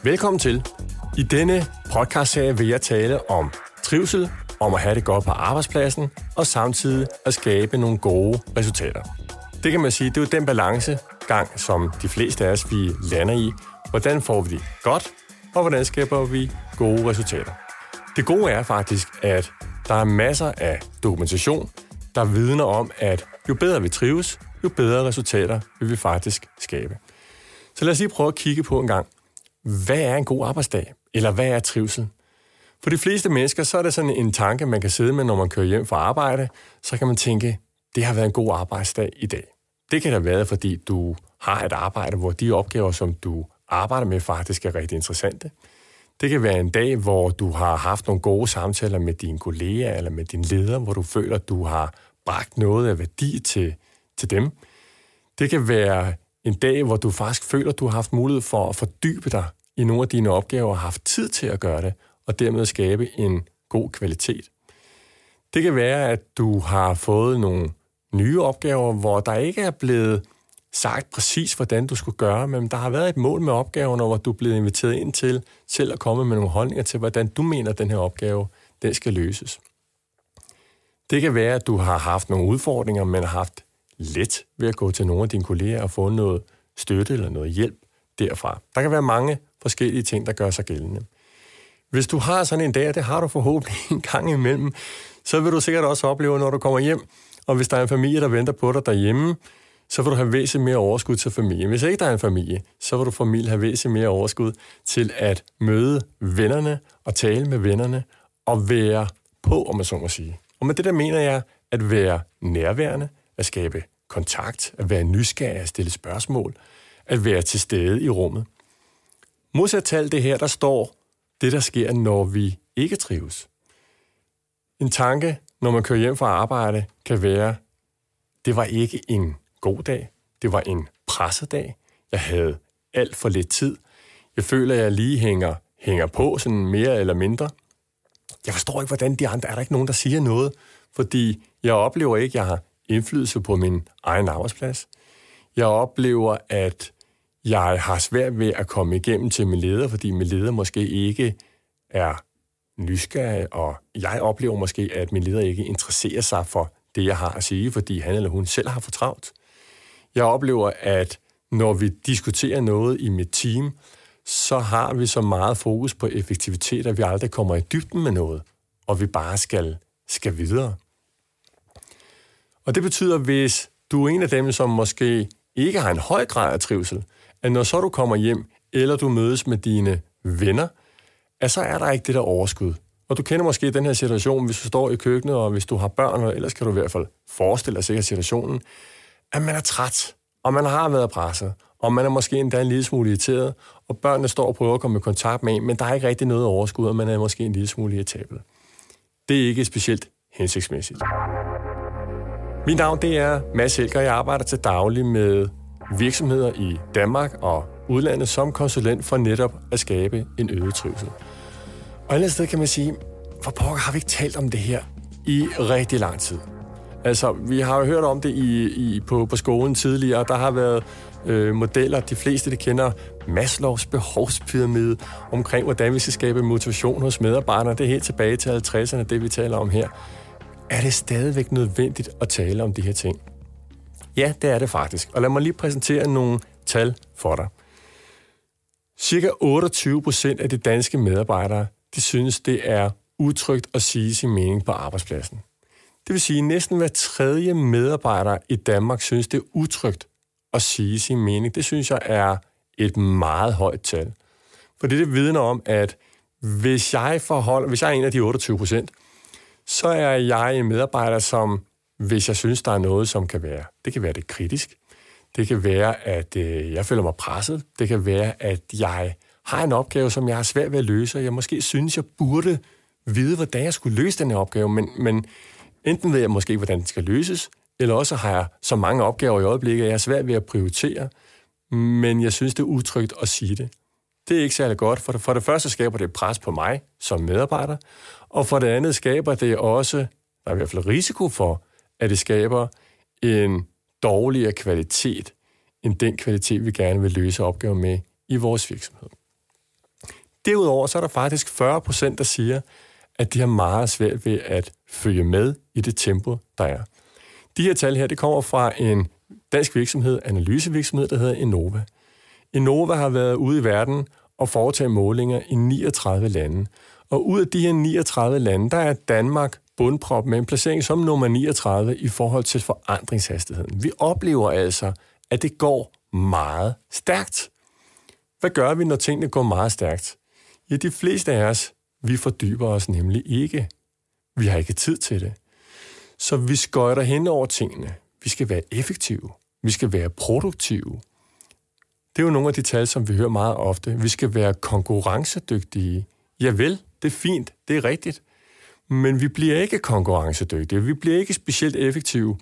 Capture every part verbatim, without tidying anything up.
Velkommen til. I denne podcastserie vil jeg tale om trivsel, om at have det godt på arbejdspladsen, og samtidig at skabe nogle gode resultater. Det kan man sige, det er jo den balancegang, som de fleste af os vi lander i. Hvordan får vi det godt, og hvordan skaber vi gode resultater? Det gode er faktisk, at der er masser af dokumentation, der vidner om, at jo bedre vi trives, jo bedre resultater vil vi faktisk skabe. Så lad os lige prøve at kigge på en gang. Hvad er en god arbejdsdag? Eller hvad er trivsel? For de fleste mennesker, så er det sådan en tanke, man kan sidde med, når man kører hjem fra arbejde. Så kan man tænke, det har været en god arbejdsdag i dag. Det kan da være, fordi du har et arbejde, hvor de opgaver, som du arbejder med, faktisk er rigtig interessante. Det kan være en dag, hvor du har haft nogle gode samtaler med dine kolleger eller med din leder, hvor du føler, at du har bragt noget af værdi til, til dem. Det kan være en dag, hvor du faktisk føler, at du har haft mulighed for at fordybe dig i nogle af dine opgaver og har haft tid til at gøre det, og dermed skabe en god kvalitet. Det kan være, at du har fået nogle nye opgaver, hvor der ikke er blevet sagt præcis, hvordan du skulle gøre, men der har været et mål med opgaven, hvor du er blevet inviteret ind til selv at komme med nogle holdninger til, hvordan du mener, at den her opgave den skal løses. Det kan være, at du har haft nogle udfordringer, men har haft let ved at gå til nogle af dine kolleger og få noget støtte eller noget hjælp derfra. Der kan være mange forskellige ting, der gør sig gældende. Hvis du har sådan en dag, og det har du forhåbentlig en gang imellem, så vil du sikkert også opleve, når du kommer hjem, og hvis der er en familie, der venter på dig derhjemme, så vil du have væsentligt mere overskud til familien. Hvis ikke der er en familie, så vil du familie have væsentligt mere overskud til at møde vennerne og tale med vennerne og være på, om man så må sige. Og med det der mener jeg at være nærværende, at skabe kontakt, at være nysgerrig, at stille spørgsmål, at være til stede i rummet. Modsat til alt det her, der står det, der sker, når vi ikke trives. En tanke, når man kører hjem fra arbejde, kan være, det var ikke en god dag. Det var en presset dag. Jeg havde alt for lidt tid. Jeg føler, at jeg lige hænger, hænger på, sådan mere eller mindre. Jeg forstår ikke, hvordan de andre... Er der ikke nogen, der siger noget? Fordi jeg oplever ikke, at jeg har indflydelse på min egen arbejdsplads. Jeg oplever, at jeg har svært ved at komme igennem til min leder, fordi min leder måske ikke er nysgerrig, og jeg oplever måske, at min leder ikke interesserer sig for det, jeg har at sige, fordi han eller hun selv har for travlt. Jeg oplever, at når vi diskuterer noget i mit team, så har vi så meget fokus på effektivitet, at vi aldrig kommer i dybden med noget, og vi bare skal, skal videre. Og det betyder, hvis du er en af dem, som måske ikke har en høj grad af trivsel, at når så du kommer hjem, eller du mødes med dine venner, at så er der ikke det der overskud. Og du kender måske den her situation, hvis du står i køkkenet, og hvis du har børn, og ellers kan du i hvert fald forestille dig sikkert situationen, at man er træt, og man har været presset, og man er måske endda en lille smule irriteret, og børnene står og prøver at komme i kontakt med en, men der er ikke rigtig noget overskud, og man er måske en lille smule irritabel. Det er ikke specielt hensigtsmæssigt. Mit navn det er Mads Helger, og jeg arbejder til daglig med virksomheder i Danmark og udlandet som konsulent for netop at skabe en øget trivsel. Og et andet sted kan man sige, hvor pokker har vi ikke talt om det her i rigtig lang tid. Altså, vi har jo hørt om det i, i, på, på skolen tidligere, der har været øh, modeller, de fleste de kender Maslows behovspyramide, omkring hvordan vi skal skabe motivation hos medarbejdere. Det er helt tilbage til halvtredserne, det vi taler om her. Er det stadigvæk nødvendigt at tale om de her ting? Ja, det er det faktisk. Og lad mig lige præsentere nogle tal for dig. Cirka otteogtyve procent af de danske medarbejdere, de synes, det er utrygt at sige sin mening på arbejdspladsen. Det vil sige, at næsten hver tredje medarbejder i Danmark synes, det er utrygt at sige sin mening. Det synes jeg er et meget højt tal. For det, det vidner om, at hvis jeg, forholder, hvis jeg er en af de otteogtyve procent, så er jeg en medarbejder, som hvis jeg synes, der er noget, som kan være, det kan være det kritisk. Det kan være, at øh, jeg føler mig presset. Det kan være, at jeg har en opgave, som jeg har svært ved at løse, og jeg måske synes, jeg burde vide, hvordan jeg skulle løse den her opgave, men, men enten ved jeg måske, hvordan den skal løses, eller også har jeg så mange opgaver i øjeblikket, at jeg er svært ved at prioritere, men jeg synes, det er utrygt at sige det. Det er ikke særlig godt, for det, for det første skaber det pres på mig som medarbejder, og for det andet skaber det også, der er i hvert fald risiko for, at det skaber en dårligere kvalitet, end den kvalitet, vi gerne vil løse opgaver med i vores virksomhed. Derudover så er der faktisk fyrre procent, der siger, at de har meget svært ved at følge med i det tempo, der er. De her tal her, det kommer fra en dansk virksomhed, analysevirksomhed, der hedder Enova. Enova har været ude i verden og foretage målinger i niogtredive lande. Og ud af de her niogtredive lande, der er Danmark bundprop med en placering som nummer niogtredive i forhold til forandringshastigheden. Vi oplever altså, at det går meget stærkt. Hvad gør vi, når tingene går meget stærkt? Ja, de fleste af os, vi fordyber os nemlig ikke. Vi har ikke tid til det. Så vi skøjter hen over tingene. Vi skal være effektive. Vi skal være produktive. Det er jo nogle af de tal, som vi hører meget ofte. Vi skal være konkurrencedygtige. Javel, det er fint, det er rigtigt. Men vi bliver ikke konkurrencedygtige. Vi bliver ikke specielt effektive,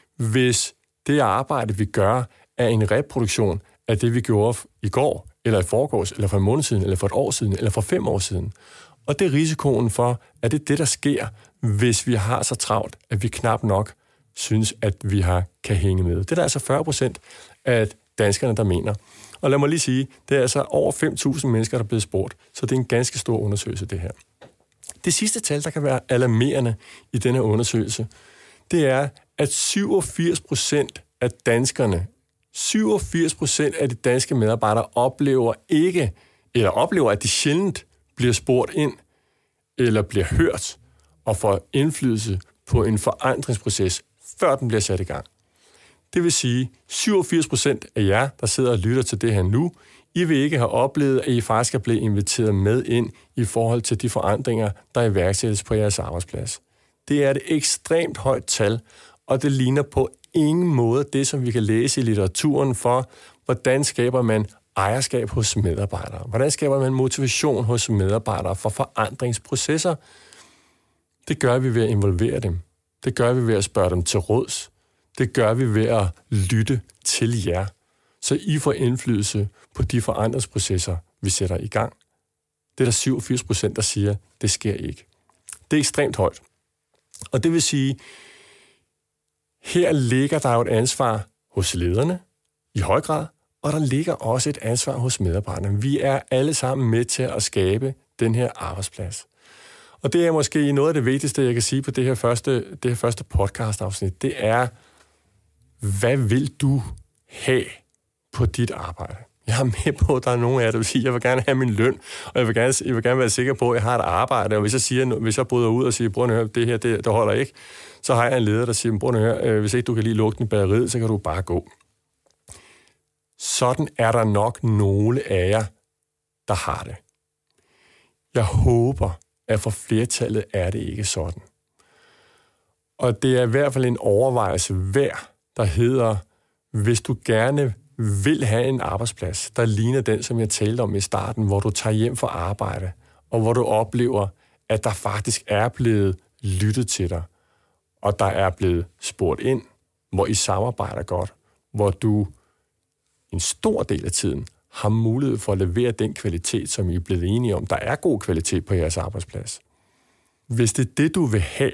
hvis det arbejde, vi gør, er en reproduktion af det, vi gjorde i går, eller i forgårs, eller for en måned siden, eller for et år siden, eller for fem år siden. Og det er risikoen for, at det er det, der sker, hvis vi har så travlt, at vi knap nok synes, at vi har, kan hænge med. Det er der altså fyrre procent af danskerne, der mener. Og lad mig lige sige, det er altså over fem tusind mennesker, der er blevet spurgt, så det er en ganske stor undersøgelse, det her. Det sidste tal, der kan være alarmerende i denne undersøgelse, det er, at syvogfirs procent af danskerne, syvogfirs procent af de danske medarbejdere oplever ikke, eller oplever, at de sjældent bliver spurgt ind, eller bliver hørt, og får indflydelse på en forandringsproces, før den bliver sat i gang. Det vil sige, syvogfirs procent af jer, der sidder og lytter til det her nu, I vil ikke have oplevet, at I faktisk er blevet inviteret med ind i forhold til de forandringer, der iværksættes på jeres arbejdsplads. Det er et ekstremt højt tal, og det ligner på ingen måde det, som vi kan læse i litteraturen for, hvordan skaber man ejerskab hos medarbejdere? Hvordan skaber man motivation hos medarbejdere for forandringsprocesser? Det gør vi ved at involvere dem. Det gør vi ved at spørge dem til råds. Det gør vi ved at lytte til jer, så I får indflydelse på de forandringsprocesser, vi sætter i gang. Det er der syvogfirs procent, der siger, det sker ikke. Det er ekstremt højt. Og det vil sige, her ligger der jo et ansvar hos lederne i høj grad, og der ligger også et ansvar hos medarbejderne. Vi er alle sammen med til at skabe den her arbejdsplads. Og det er måske noget af det vigtigste, jeg kan sige på det her første, det her første podcast-afsnit. Det er, hvad vil du have på dit arbejde? Jeg er med på, at der er nogen af jer, der vil sige, at jeg vil gerne have min løn, og jeg vil gerne, jeg vil gerne være sikker på, at jeg har et arbejde. Og hvis jeg, siger, hvis jeg bryder ud og siger, bror, hør, det her, det, det holder ikke, så har jeg en leder, der siger, bror, hør, hvis ikke du kan lide lugten i bageriet, så kan du bare gå. Sådan er der nok nogle af jer, der har det. Jeg håber, at for flertallet er det ikke sådan. Og det er i hvert fald en overvejelse værd, der hedder, hvis du gerne vil have en arbejdsplads, der ligner den, som jeg talte om i starten, hvor du tager hjem fra arbejde, og hvor du oplever, at der faktisk er blevet lyttet til dig, og der er blevet spurgt ind, hvor I samarbejder godt, hvor du en stor del af tiden har mulighed for at levere den kvalitet, som I er blevet enige om. Der er god kvalitet på jeres arbejdsplads. Hvis det er det, du vil have,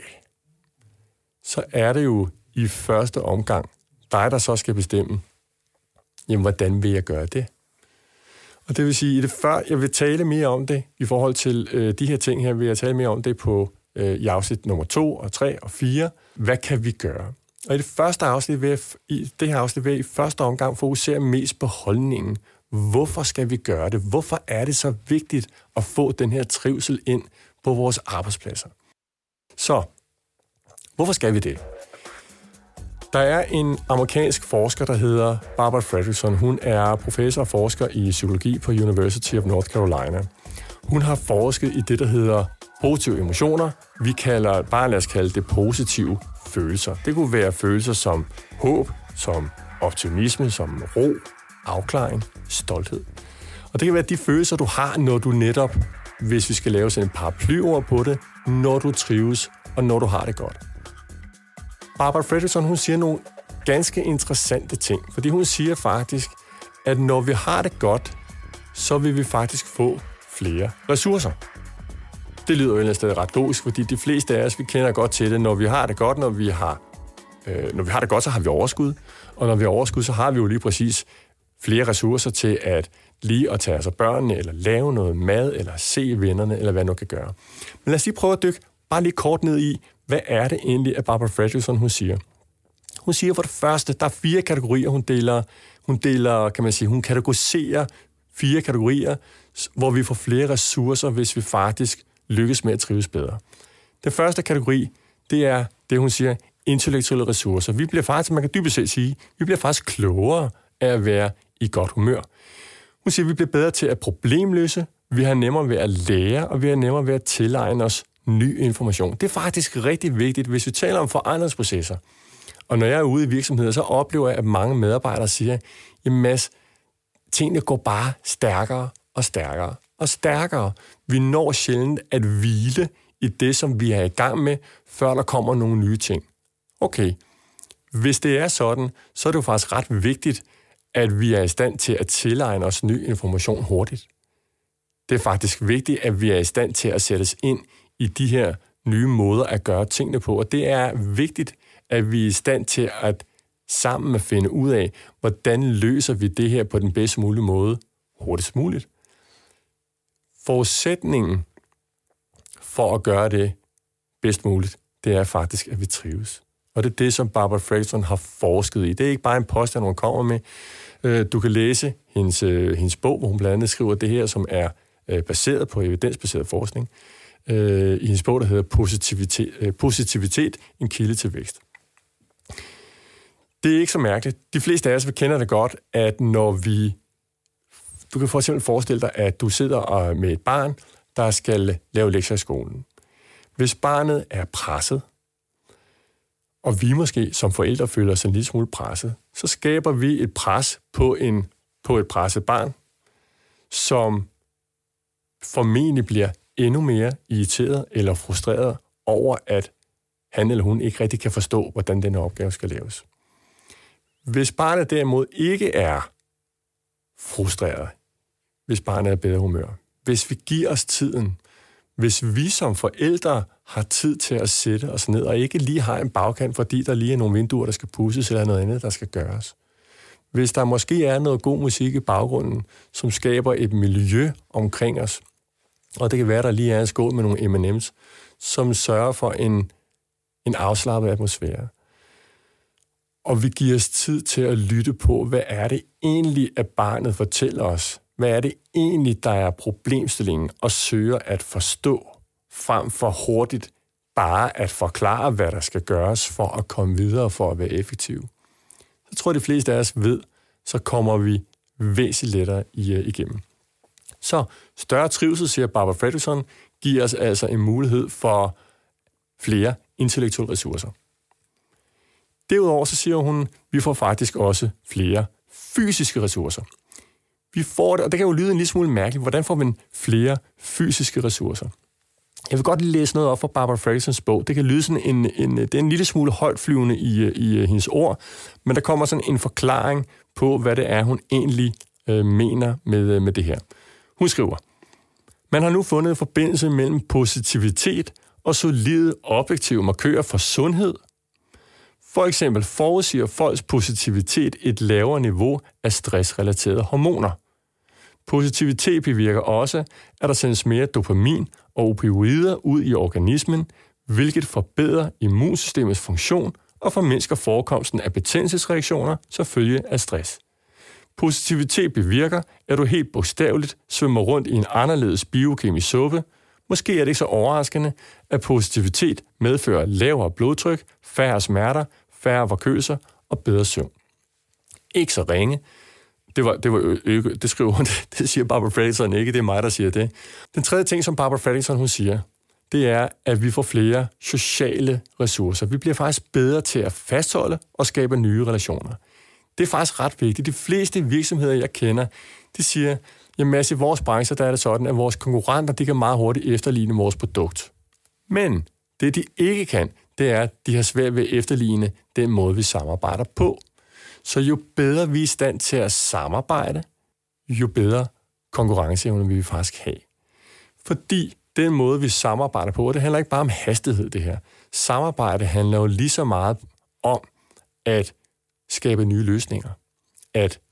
så er det jo i første omgang dig, der så skal bestemme, jamen, hvordan vil jeg gøre det? Og det vil sige, at det før jeg vil tale mere om det, i forhold til øh, de her ting her, vil jeg tale mere om det på øh, i afsnit nummer to og tre og fire. Hvad kan vi gøre? Og i det første afsnit vil jeg, i det her afsnit vil jeg i første omgang fokusere mest på holdningen. Hvorfor skal vi gøre det? Hvorfor er det så vigtigt at få den her trivsel ind på vores arbejdspladser? Så, hvorfor skal vi det? Der er en amerikansk forsker, der hedder Barbara Fredrickson. Hun er professor og forsker i psykologi på University of North Carolina. Hun har forsket i det, der hedder positive emotioner. Vi kalder, bare lad os kalde det positive følelser. Det kunne være følelser som håb, som optimisme, som ro, afklaring, stolthed. Og det kan være de følelser, du har, når du netop, hvis vi skal lave sådan en paraplyord på det, når du trives og når du har det godt. Barbara Fredrickson, hun siger nogle ganske interessante ting, fordi hun siger faktisk, at når vi har det godt, så vil vi faktisk få flere ressourcer. Det lyder jo et eller andet sted ret logisk, fordi de fleste af os, vi kender godt til det. Når vi har det godt, når vi har, øh, når vi har det godt, så har vi overskud. Og når vi har overskud, så har vi jo lige præcis flere ressourcer til at lige at tage sig børnene, eller lave noget mad, eller se vennerne, eller hvad man nu kan gøre. Men lad os lige prøve at dykke bare lige kort ned i, hvad er det egentlig, at Barbara Fredrickson, hun siger? Hun siger for det første, der er fire kategorier, hun deler, hun deler, kan man sige, hun kategoriserer fire kategorier, hvor vi får flere ressourcer, hvis vi faktisk lykkes med at trives bedre. Den første kategori, det er det, hun siger, intellektuelle ressourcer. Vi bliver faktisk, man kan dybest set sige, vi bliver faktisk klogere af at være i godt humør. Hun siger, at vi bliver bedre til at problemløse, vi har nemmere ved at lære, og vi har nemmere ved at tilegne os ny information. Det er faktisk rigtig vigtigt, hvis vi taler om forandringsprocesser. Og når jeg er ude i virksomheder, så oplever jeg, at mange medarbejdere siger, jamen Mads, tingene går bare stærkere og stærkere og stærkere. Vi når sjældent at hvile i det, som vi er i gang med, før der kommer nogle nye ting. Okay, hvis det er sådan, så er det jo faktisk ret vigtigt, at vi er i stand til at tilegne os ny information hurtigt. Det er faktisk vigtigt, at vi er i stand til at sætte os ind i de her nye måder at gøre tingene på, og det er vigtigt, at vi er i stand til at sammen at finde ud af, hvordan løser vi det her på den bedst mulige måde hurtigst muligt. Forudsætningen for at gøre det bedst muligt, det er faktisk, at vi trives. Og det er det, som Barbara Fredrickson har forsket i. Det er ikke bare en påstand, hun kommer med. Du kan læse hendes, hendes bog, hvor hun blandt andet skriver det her, som er baseret på evidensbaseret forskning. I hendes bog, der hedder Positivitet, Positivitet en kilde til vækst. Det er ikke så mærkeligt. De fleste af os kender det godt, at når vi... Du kan for eksempel forestille dig, at du sidder med et barn, der skal lave lektier i skolen. Hvis barnet er presset, og vi måske som forældre føler os en lille smule presset, så skaber vi et pres på, en, på et presset barn, som formentlig bliver endnu mere irriteret eller frustreret over, at han eller hun ikke rigtig kan forstå, hvordan denne opgave skal laves. Hvis barnet derimod ikke er frustreret, hvis barnet er i bedre humør, hvis vi giver os tiden, hvis vi som forældre har tid til at sætte os ned, og ikke lige har en bagkant, fordi der lige er nogle vinduer, der skal pudses, eller noget andet, der skal gøres. Hvis der måske er noget god musik i baggrunden, som skaber et miljø omkring os, og det kan være, der lige er en skål med nogle M and M's, som sørger for en, en afslappet atmosfære. Og vi giver os tid til at lytte på, hvad er det egentlig, at barnet fortæller os? Hvad er det egentlig, der er problemstillingen, og søger at forstå, frem for hurtigt bare at forklare, hvad der skal gøres for at komme videre, for at være effektiv. Så tror jeg, de fleste af os ved, så kommer vi væsentligt lettere igennem. Så større trivsel, siger Barbara Fredrickson, giver os altså en mulighed for flere intellektuelle ressourcer. Derudover så siger hun, at vi får faktisk også flere fysiske ressourcer. Vi får det, og det kan jo lyde en lille smule mærkeligt. Hvordan får man flere fysiske ressourcer? Jeg vil godt lige læse noget op fra Barbara Fredricksons bog. Det kan lyde sådan en, en, det er en lille smule højtflyvende i, i hendes ord, men der kommer sådan en forklaring på, hvad det er, hun egentlig øh, mener med, med det her. Hun skriver, man har nu fundet en forbindelse mellem positivitet og solide objektive markører for sundhed. For eksempel forudsiger folks positivitet et lavere niveau af stressrelaterede hormoner. Positivitet bevirker også, at der sendes mere dopamin og opioider ud i organismen, hvilket forbedrer immunsystemets funktion og formindsker forekomsten af betændelsesreaktioner som følge af stress. Positivitet bevirker, at du helt bogstaveligt svømmer rundt i en anderledes biokemisk suppe. Måske er det ikke så overraskende, at positivitet medfører lavere blodtryk, færre smerter, færre forkølelser og bedre søvn. Ikke så ringe. Det, var, det, var ø- det skriver hun, det siger Barbara Fredrickson ikke, det er mig, der siger det. Den tredje ting, som Barbara Fredrickson hun siger, det er, at vi får flere sociale ressourcer. Vi bliver faktisk bedre til at fastholde og skabe nye relationer. Det er faktisk ret vigtigt. De fleste virksomheder, jeg kender, de siger, jamen altså i vores branche, der er det sådan, at vores konkurrenter, de kan meget hurtigt efterligne vores produkt. Men det, de ikke kan, det er, at de har svært ved at efterligne den måde, vi samarbejder på. Så jo bedre vi er i stand til at samarbejde, jo bedre konkurrenceevne vil vi faktisk have. Fordi den måde, vi samarbejder på, det handler ikke bare om hastighed, det her. Samarbejde handler jo lige så meget om at skabe nye løsninger. At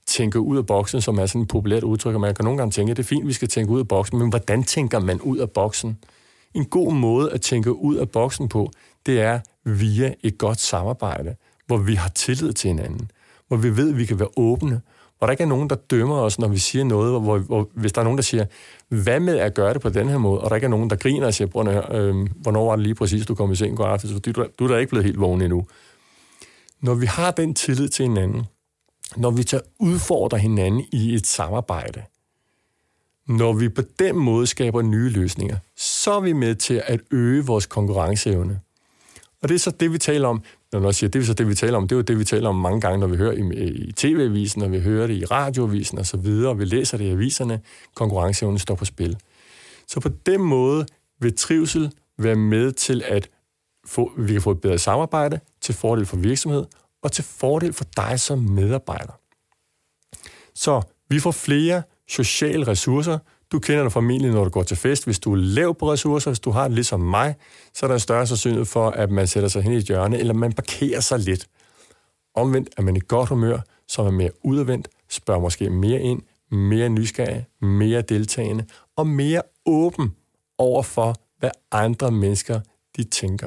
tænke ud af boksen, som er sådan et populært udtryk, og man kan nogle gange tænke, at det er fint, vi skal tænke ud af boksen, men hvordan tænker man ud af boksen? En god måde at tænke ud af boksen på, det er via et godt samarbejde, hvor vi har tillid til hinanden, hvor vi ved, at vi kan være åbne, hvor der ikke er nogen, der dømmer os, når vi siger noget, hvor, hvor hvis der er nogen, der siger, hvad med at gøre det på den her måde, og der ikke er nogen, der griner og siger, øh, hvornår var det lige præcis, du kom i seng går aftes, fordi du, du er da ikke blevet helt vågen endnu. Når vi har den tillid til hinanden, når vi tager udfordrer hinanden i et samarbejde, når vi på den måde skaber nye løsninger, så er vi med til at øge vores konkurrenceevne. Og det er så det, vi taler om. Når jeg siger, det er så det, vi taler om, det er jo det, vi taler om mange gange, når vi hører i, i tv-avisen, når vi hører det i radioavisen og så videre, og vi læser det i aviserne. Konkurrenceevnen står på spil. Så på den måde vil trivsel være med til, at få, vi kan få et bedre samarbejde til fordel for virksomhed og til fordel for dig som medarbejder. Så vi får flere sociale ressourcer. Du kender det formentlig, når du går til fest. Hvis du er lav på ressourcer, hvis du har det ligesom mig, så er der en større sandsynlighed for, at man sætter sig hen i et hjørne, eller man parkerer sig lidt. Omvendt er man i godt humør, så er man mere udadvendt, spørger måske mere ind, mere nysgerrig, mere deltagende og mere åben over for, hvad andre mennesker de tænker.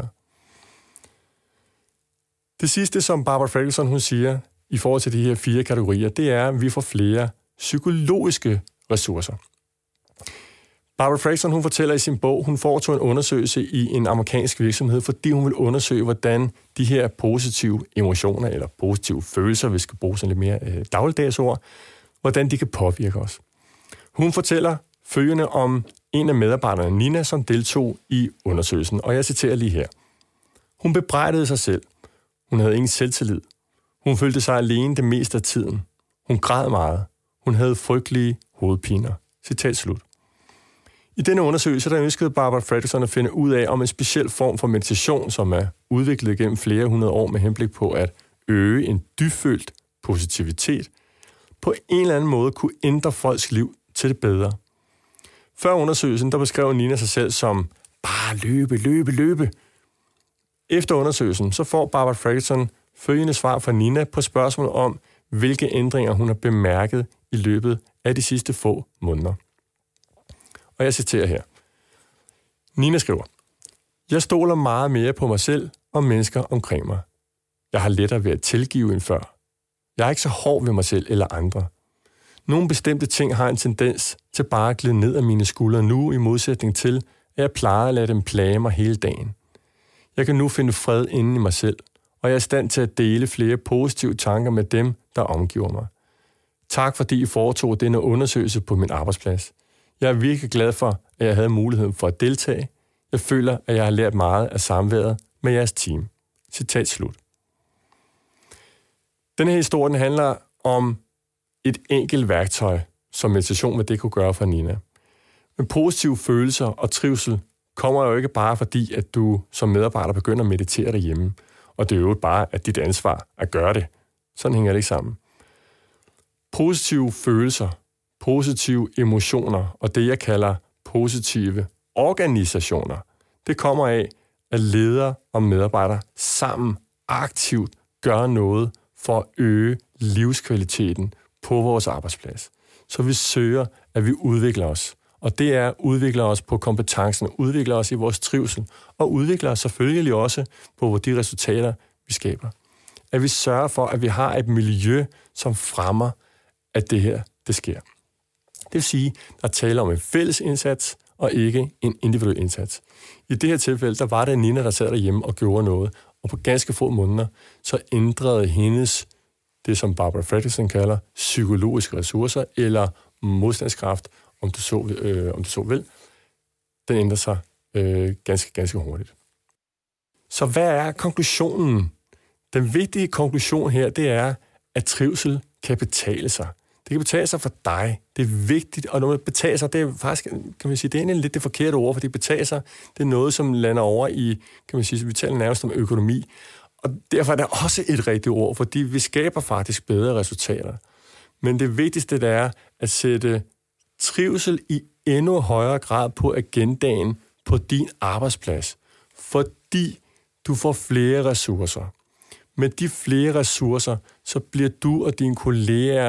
Det sidste, som Barbara Fredrickson hun siger i forhold til de her fire kategorier, det er, at vi får flere psykologiske ressourcer. Barbara Fredrickson, hun fortæller i sin bog, hun foretog en undersøgelse i en amerikansk virksomhed, fordi hun vil undersøge, hvordan de her positive emotioner, eller positive følelser, hvis vi skal bruge sådan lidt mere øh, dagligdags ord, hvordan de kan påvirke os. Hun fortæller følgende om en af medarbejderne, Nina, som deltog i undersøgelsen, og jeg citerer lige her. Hun bebrejdede sig selv. Hun havde ingen selvtillid. Hun følte sig alene det meste af tiden. Hun græd meget. Hun havde frygtelige hovedpiner. Citat slut. I denne undersøgelse der ønskede Barbara Fredrickson at finde ud af, om en speciel form for meditation, som er udviklet gennem flere hundrede år med henblik på at øge en dybfølt positivitet, på en eller anden måde kunne ændre folks liv til det bedre. Før undersøgelsen, der beskrev Nina sig selv som bare løbe, løbe, løbe. Efter undersøgelsen, så får Barbara Fredrickson følgende svar fra Nina på spørgsmålet om, hvilke ændringer hun har bemærket i løbet af de sidste få måneder. Og jeg citerer her. Nina skriver, jeg stoler meget mere på mig selv og mennesker omkring mig. Jeg har lettere ved at tilgive end før. Jeg er ikke så hård ved mig selv eller andre. Nogle bestemte ting har en tendens til bare at glide ned af mine skuldre nu, i modsætning til, at jeg plejer at lade dem plage mig hele dagen. Jeg kan nu finde fred inde i mig selv, og jeg er i stand til at dele flere positive tanker med dem, der omgiver mig. Tak fordi I foretog denne undersøgelse på min arbejdsplads. Jeg er virkelig glad for, at jeg havde muligheden for at deltage. Jeg føler, at jeg har lært meget af samværet med jeres team. Citat slut. Denne her historie handler om et enkelt værktøj, som meditation med det kunne gøre for Nina. Men positive følelser og trivsel kommer jo ikke bare fordi, at du som medarbejder begynder at meditere derhjemme, og det er jo bare at dit ansvar at gøre det. Sådan hænger det ikke sammen. Positive følelser, positive emotioner og det, jeg kalder positive organisationer, det kommer af, at ledere og medarbejdere sammen aktivt gør noget for at øge livskvaliteten på vores arbejdsplads. Så vi søger, at vi udvikler os. Og det er at udvikle os på kompetencen, udvikle os i vores trivsel, og udvikle os selvfølgelig også på de resultater, vi skaber. At vi sørger for, at vi har et miljø, som fremmer, at det her, det sker. Det vil sige, der taler om en fælles indsats, og ikke en individuel indsats. I det her tilfælde, der var det Nina, der sad derhjemme og gjorde noget, og på ganske få måneder, så ændrede hendes, det som Barbara Fredrickson kalder, psykologiske ressourcer, eller modstandskraft, om du så, øh, om du så vil, den ændrer sig øh, ganske, ganske hurtigt. Så hvad er konklusionen? Den vigtige konklusion her, det er, at trivsel kan betale sig. Det kan betale sig for dig. Det er vigtigt, og når det betaler sig, det er faktisk, kan man sige, det er lidt det forkerte ord, for det betaler sig, det er noget, som lander over i, kan man sige, vi taler nærmest om økonomi. Og derfor er det også et rigtigt ord, fordi vi skaber faktisk bedre resultater. Men det vigtigste, det er at sætte trivsel i endnu højere grad på agendaen på din arbejdsplads, fordi du får flere ressourcer. Med de flere ressourcer, så bliver du og dine kolleger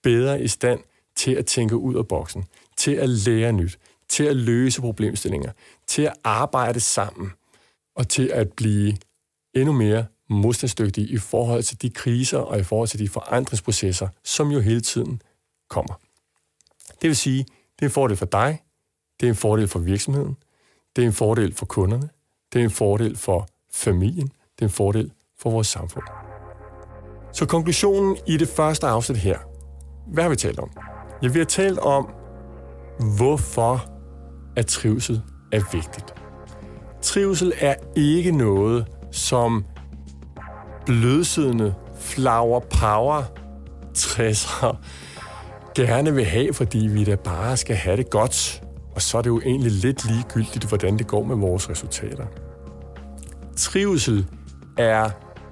bedre i stand til at tænke ud af boksen, til at lære nyt, til at løse problemstillinger, til at arbejde sammen og til at blive endnu mere modstandsdygtige i forhold til de kriser og i forhold til de forandringsprocesser, som jo hele tiden kommer. Det vil sige, det er en fordel for dig, det er en fordel for virksomheden, det er en fordel for kunderne, det er en fordel for familien, det er en fordel for vores samfund. Så konklusionen i det første afsnit her, hvad har vi talt om? Ja, vi har talt om, hvorfor at trivsel er vigtigt. Trivsel er ikke noget, som blødsiddende flower power tresser gerne vil have, fordi vi da bare skal have det godt. Og så er det jo egentlig lidt ligegyldigt, hvordan det går med vores resultater. Trivsel er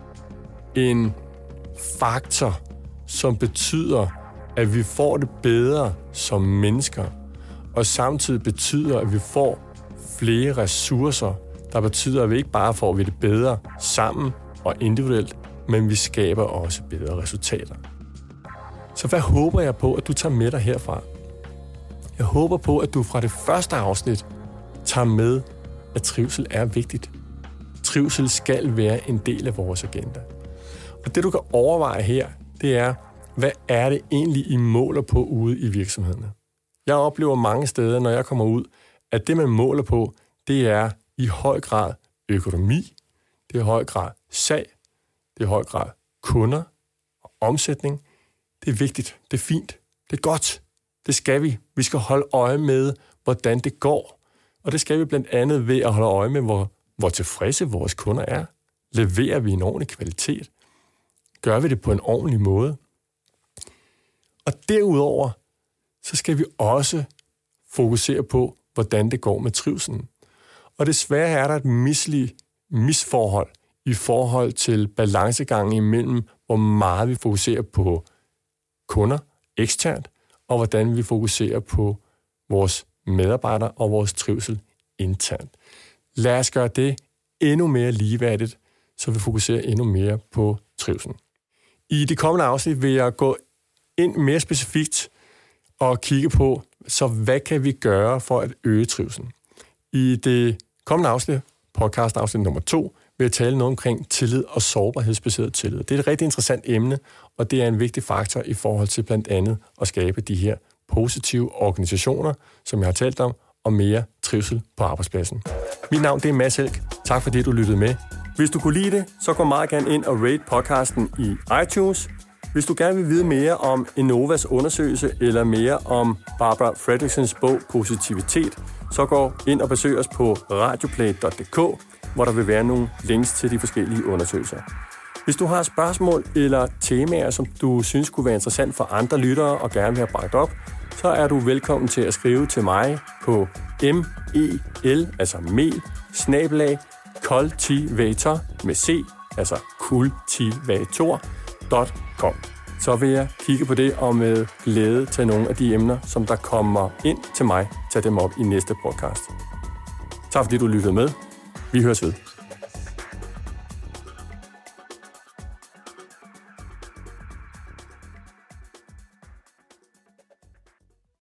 en faktor, som betyder, at vi får det bedre som mennesker, og samtidig betyder, at vi får flere ressourcer, der betyder, at vi ikke bare får vi det bedre sammen og individuelt, men vi skaber også bedre resultater. Så hvad håber jeg på, at du tager med dig herfra? Jeg håber på, at du fra det første afsnit tager med, at trivsel er vigtigt. Trivsel skal være en del af vores agenda. Og det, du kan overveje her, det er, hvad er det egentlig, I måler på ude i virksomhederne? Jeg oplever mange steder, når jeg kommer ud, at det, man måler på, det er i høj grad økonomi, det er i høj grad salg, det er i høj grad kunder og omsætning. Det er vigtigt, det er fint, det er godt, det skal vi. Vi skal holde øje med, hvordan det går. Og det skal vi blandt andet ved at holde øje med, hvor, hvor tilfredse vores kunder er. Leverer vi en ordentlig kvalitet? Gør vi det på en ordentlig måde? Og derudover, så skal vi også fokusere på, hvordan det går med trivselen. Og desværre er der et mislig misforhold i forhold til balancegangen imellem, hvor meget vi fokuserer på kunder eksternt, og hvordan vi fokuserer på vores medarbejdere og vores trivsel internt. Lad os gøre det endnu mere ligeværdigt, så vi fokuserer endnu mere på trivselen. I de kommende afsnit vil jeg gå ind mere specifikt og kigge på, så hvad kan vi gøre for at øge trivselen. I det kommende afsnit, podcast afsnit nummer to, vil jeg tale noget omkring tillid og sårbarhedsbaseret tillid. Det er et rigtig interessant emne, og det er en vigtig faktor i forhold til blandt andet at skabe de her positive organisationer, som jeg har talt om, og mere trivsel på arbejdspladsen. Mit navn det er Mads Helk. Tak fordi du lyttede med. Hvis du kunne lide det, så gå meget gerne ind og rate podcasten i iTunes. Hvis du gerne vil vide mere om Innovas undersøgelse eller mere om Barbara Fredricksons bog Positivitet, så gå ind og besøg os på radioplay punktum d k, hvor der vil være nogle links til de forskellige undersøgelser. Hvis du har spørgsmål eller temaer, som du synes kunne være interessant for andre lyttere og gerne vil have bragt op, så er du velkommen til at skrive til mig på mel, altså mel, snabelag, kultivator med c, altså kultivator punktum com. Så vil jeg kigge på det og med glæde tage nogle af de emner, som der kommer ind til mig, tage dem op i næste podcast. Tak fordi du lyttede med. Vi høres ved.